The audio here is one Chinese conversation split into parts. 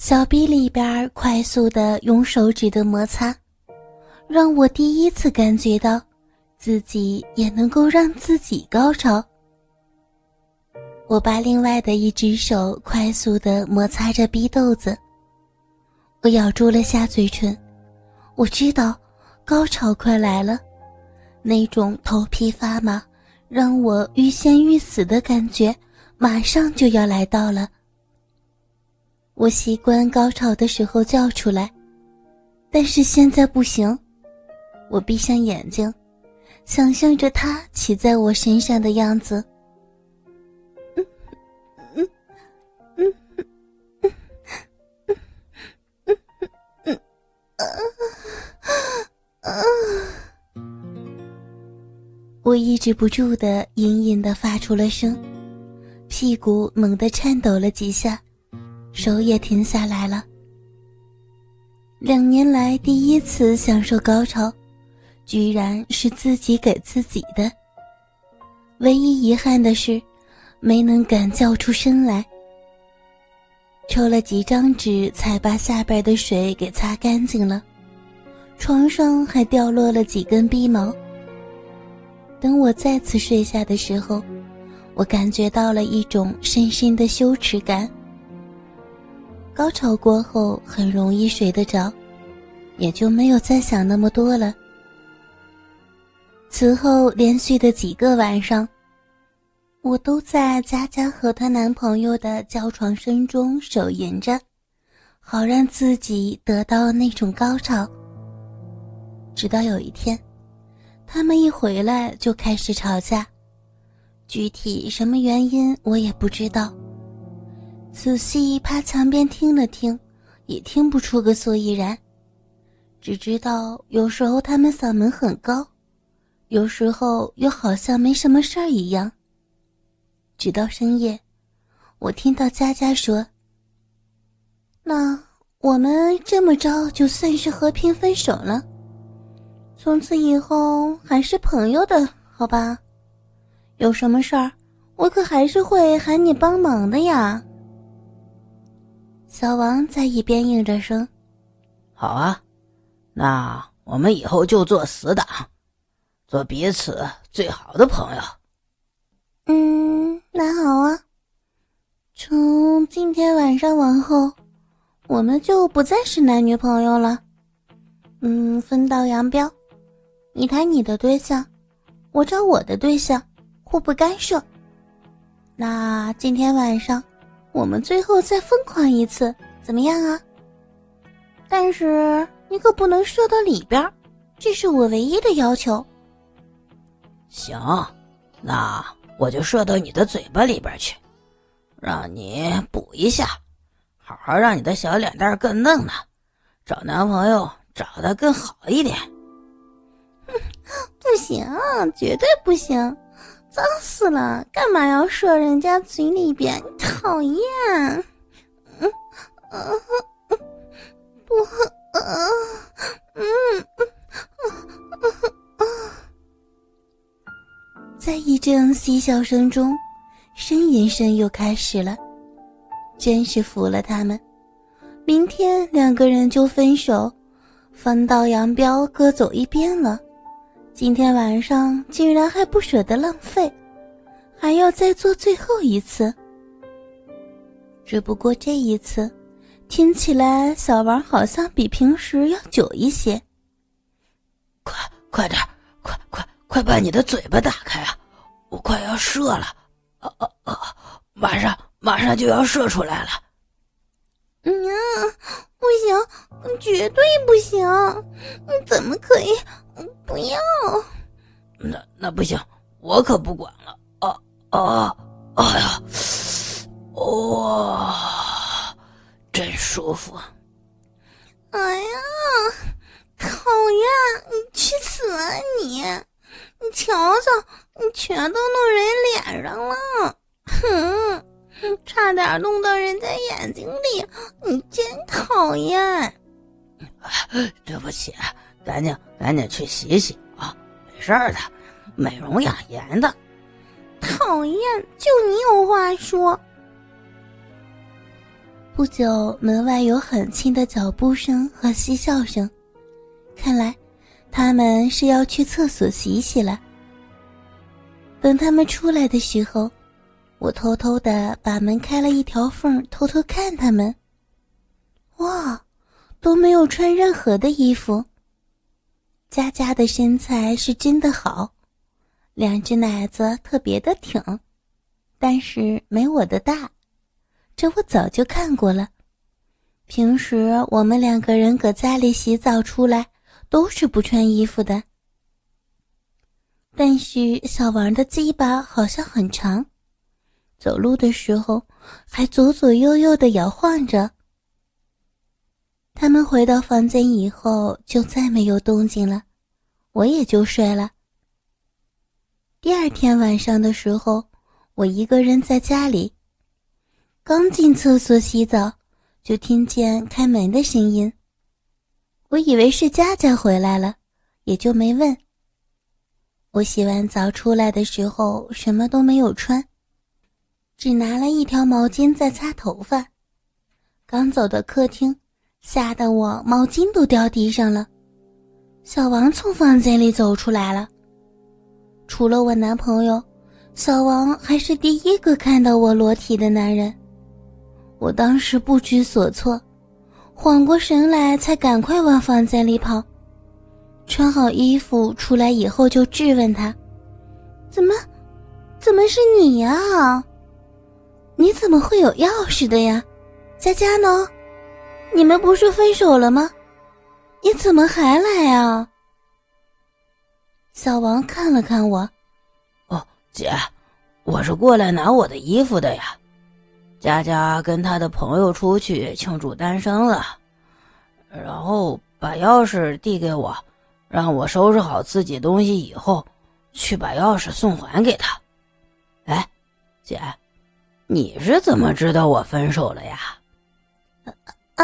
小臂里边快速地用手指的摩擦，让我第一次感觉到自己也能够让自己高潮。我把另外的一只手快速地摩擦着逼豆子，我咬住了下嘴唇，我知道高潮快来了，那种头皮发麻让我欲仙欲死的感觉马上就要来到了。我习惯高潮的时候叫出来，但是现在不行。我闭上眼睛，想象着他骑在我身上的样子。我抑制不住的隐隐地发出了声，屁股猛地颤抖了几下，手也停下来了。2年来第一次享受高潮，居然是自己给自己的。唯一遗憾的是，没能敢叫出声来。抽了几张纸，才把下边的水给擦干净了。床上还掉落了几根逼毛。等我再次睡下的时候，我感觉到了一种深深的羞耻感。高潮过后很容易睡得着，也就没有再想那么多了。此后连续的几个晚上，我都在佳佳和她男朋友的叫床声中手淫着，好让自己得到那种高潮。直到有一天，他们一回来就开始吵架，具体什么原因我也不知道。仔细趴墙边听了听，也听不出个所以然，只知道有时候他们嗓门很高，有时候又好像没什么事儿一样。直到深夜，我听到佳佳说：“那我们这么着就算是和平分手了，从此以后还是朋友的，好吧？有什么事儿，我可还是会喊你帮忙的呀。”小王在一边应着声：“ 好啊，那我们以后就做死党，做彼此最好的朋友。” 那好啊。从今天晚上往后，我们就不再是男女朋友了。分道扬镳，你谈你的对象，我找我的对象，互不干涉。那今天晚上我们最后再疯狂一次，怎么样啊？但是你可不能射到里边，这是我唯一的要求。 行，那我就射到你的嘴巴里边去，让你补一下，好好让你的小脸蛋更嫩呢，找男朋友找得更好一点。 不行，绝对不行，脏死了，干嘛要射人家嘴里边？讨厌。在一阵嬉笑声中，呻吟声又开始了。真是服了他们，明天2个人就分手，分道扬镳各走一边了。今天晚上竟然还不舍得浪费，还要再做最后一次。只不过这一次听起来小王好像比平时要久一些。 快点，快把你的嘴巴打开啊，我快要射了。马上就要射出来了。 不行，绝对不行，你怎么可以？不要。 那不行，我可不管了。哎呀，哇，真舒服。 哎呀，讨厌，你去死啊你！你瞧瞧，你全都弄人脸上了，差点弄到人家眼睛里，你真讨厌。 对不起，赶紧去洗洗啊，没事的，美容养颜的。 讨厌，就你有话说。 不久，门外有很轻的脚步声和嬉笑声，看来他们是要去厕所洗洗了。等他们出来的时候，我偷偷地把门开了一条缝，偷偷看他们。哇，都没有穿任何的衣服。佳佳的身材是真的好，2只奶子特别的挺，但是没我的大，这我早就看过了。平时我们2个人搁家里洗澡出来都是不穿衣服的。但是小王的鸡巴好像很长，走路的时候还左左右右地摇晃着。他们回到房间以后就再没有动静了，我也就睡了。第2天晚上的时候，我一个人在家里，刚进厕所洗澡，就听见开门的声音。我以为是佳佳回来了，也就没问。我洗完澡出来的时候什么都没有穿，只拿了一条毛巾在擦头发。刚走到客厅，吓得我毛巾都掉地上了。小王从房间里走出来了。除了我男朋友，小王还是第一个看到我裸体的男人。我当时不知所措，缓过神来才赶快往房间里跑。穿好衣服出来以后就质问他，怎么是你呀？你怎么会有钥匙的呀？佳佳呢？你们不是分手了吗？你怎么还来啊？小王看了看我， 哦，姐，我是过来拿我的衣服的呀。佳佳跟她的朋友出去庆祝单身了，然后把钥匙递给我，让我收拾好自己东西以后去把钥匙送还给她。哎，姐，你是怎么知道我分手了呀？ 啊！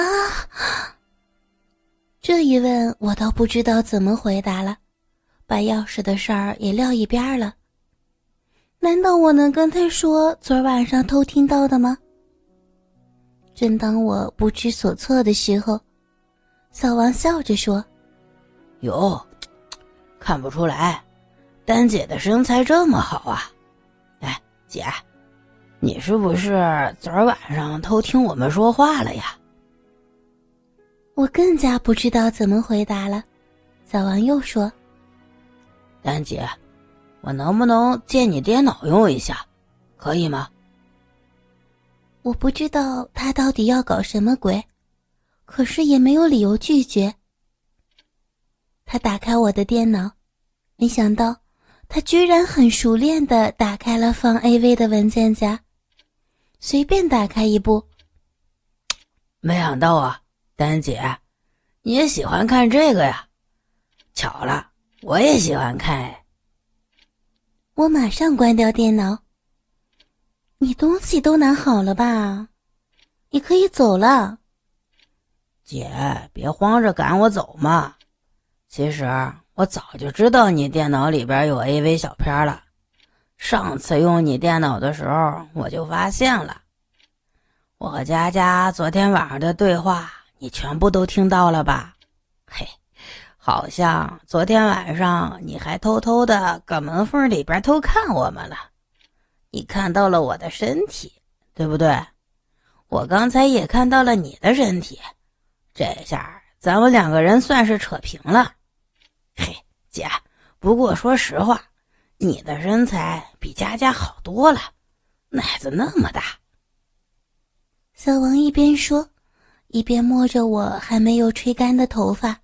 这一问我倒不知道怎么回答了，把钥匙的事儿也撂一边了。难道我能跟他说昨晚上偷听到的吗？正当我不知所措的时候，小王笑着说， 哟，看不出来，丹姐的身材这么好啊。哎，姐，你是不是昨儿晚上偷听我们说话了呀？ 我更加不知道怎么回答了。小王又说， 丹姐，我能不能借你电脑用一下，可以吗？ 我不知道他到底要搞什么鬼，可是也没有理由拒绝。他打开我的电脑，没想到他居然很熟练地打开了放 AV 的文件夹，随便打开一部。 没想到啊，丹姐，你也喜欢看这个呀？巧了，我也喜欢看哎。 我马上关掉电脑。你东西都拿好了吧？你可以走了。 姐，别慌着赶我走嘛。其实我早就知道你电脑里边有 AV 小片了。上次用你电脑的时候我就发现了。我和佳佳昨天晚上的对话你全部都听到了吧？嘿，好像昨天晚上你还偷偷的搁门缝里边偷看我们了。你看到了我的身体，对不对？我刚才也看到了你的身体，这下咱们2个人算是扯平了。嘿，姐，不过说实话，你的身材比佳佳好多了，奶子那么大。 小王一边说，一边摸着我还没有吹干的头发。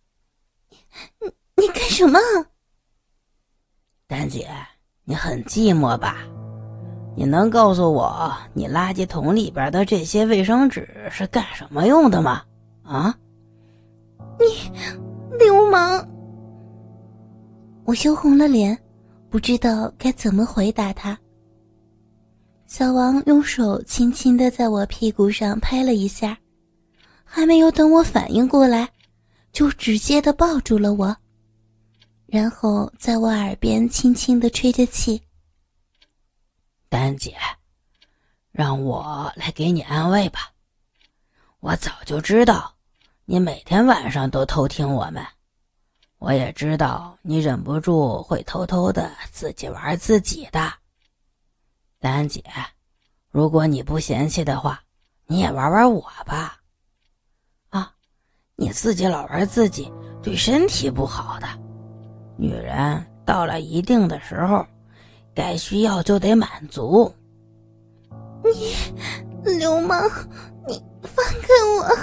你干什么？ 丹姐，你很寂寞吧？你能告诉我你垃圾桶里边的这些卫生纸是干什么用的吗？啊？ 你流氓！我羞红了脸，不知道该怎么回答他。小王用手轻轻地在我屁股上拍了一下，还没有等我反应过来，就直接地抱住了我，然后在我耳边轻轻地吹着气。 丹姐，让我来给你安慰吧。 我早就知道你每天晚上都偷听我们，我也知道你忍不住会偷偷的自己玩自己的。丹姐，如果你不嫌弃的话，你也玩玩我吧。啊，你自己老玩自己，对身体不好的。女人到了一定的时候，该需要就得满足。 你流氓，你放开我！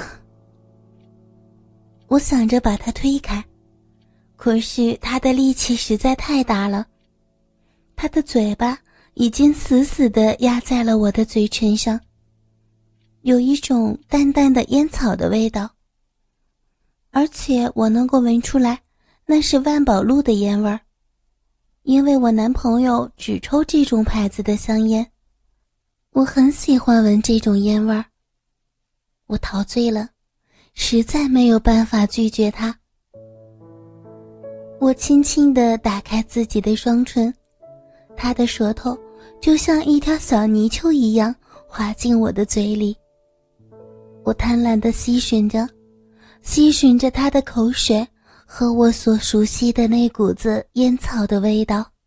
我想着把他推开，可是他的力气实在太大了，他的嘴巴已经死死地压在了我的嘴唇上，有一种淡淡的烟草的味道，而且我能够闻出来那是万宝路的烟味儿，因为我男朋友只抽这种牌子的香烟，我很喜欢闻这种烟味儿。我陶醉了，实在没有办法拒绝他。我轻轻地打开自己的双唇，他的舌头就像一条小泥鳅一样滑进我的嘴里。我贪婪地吸吮着他的口水和我所熟悉的那股子烟草的味道。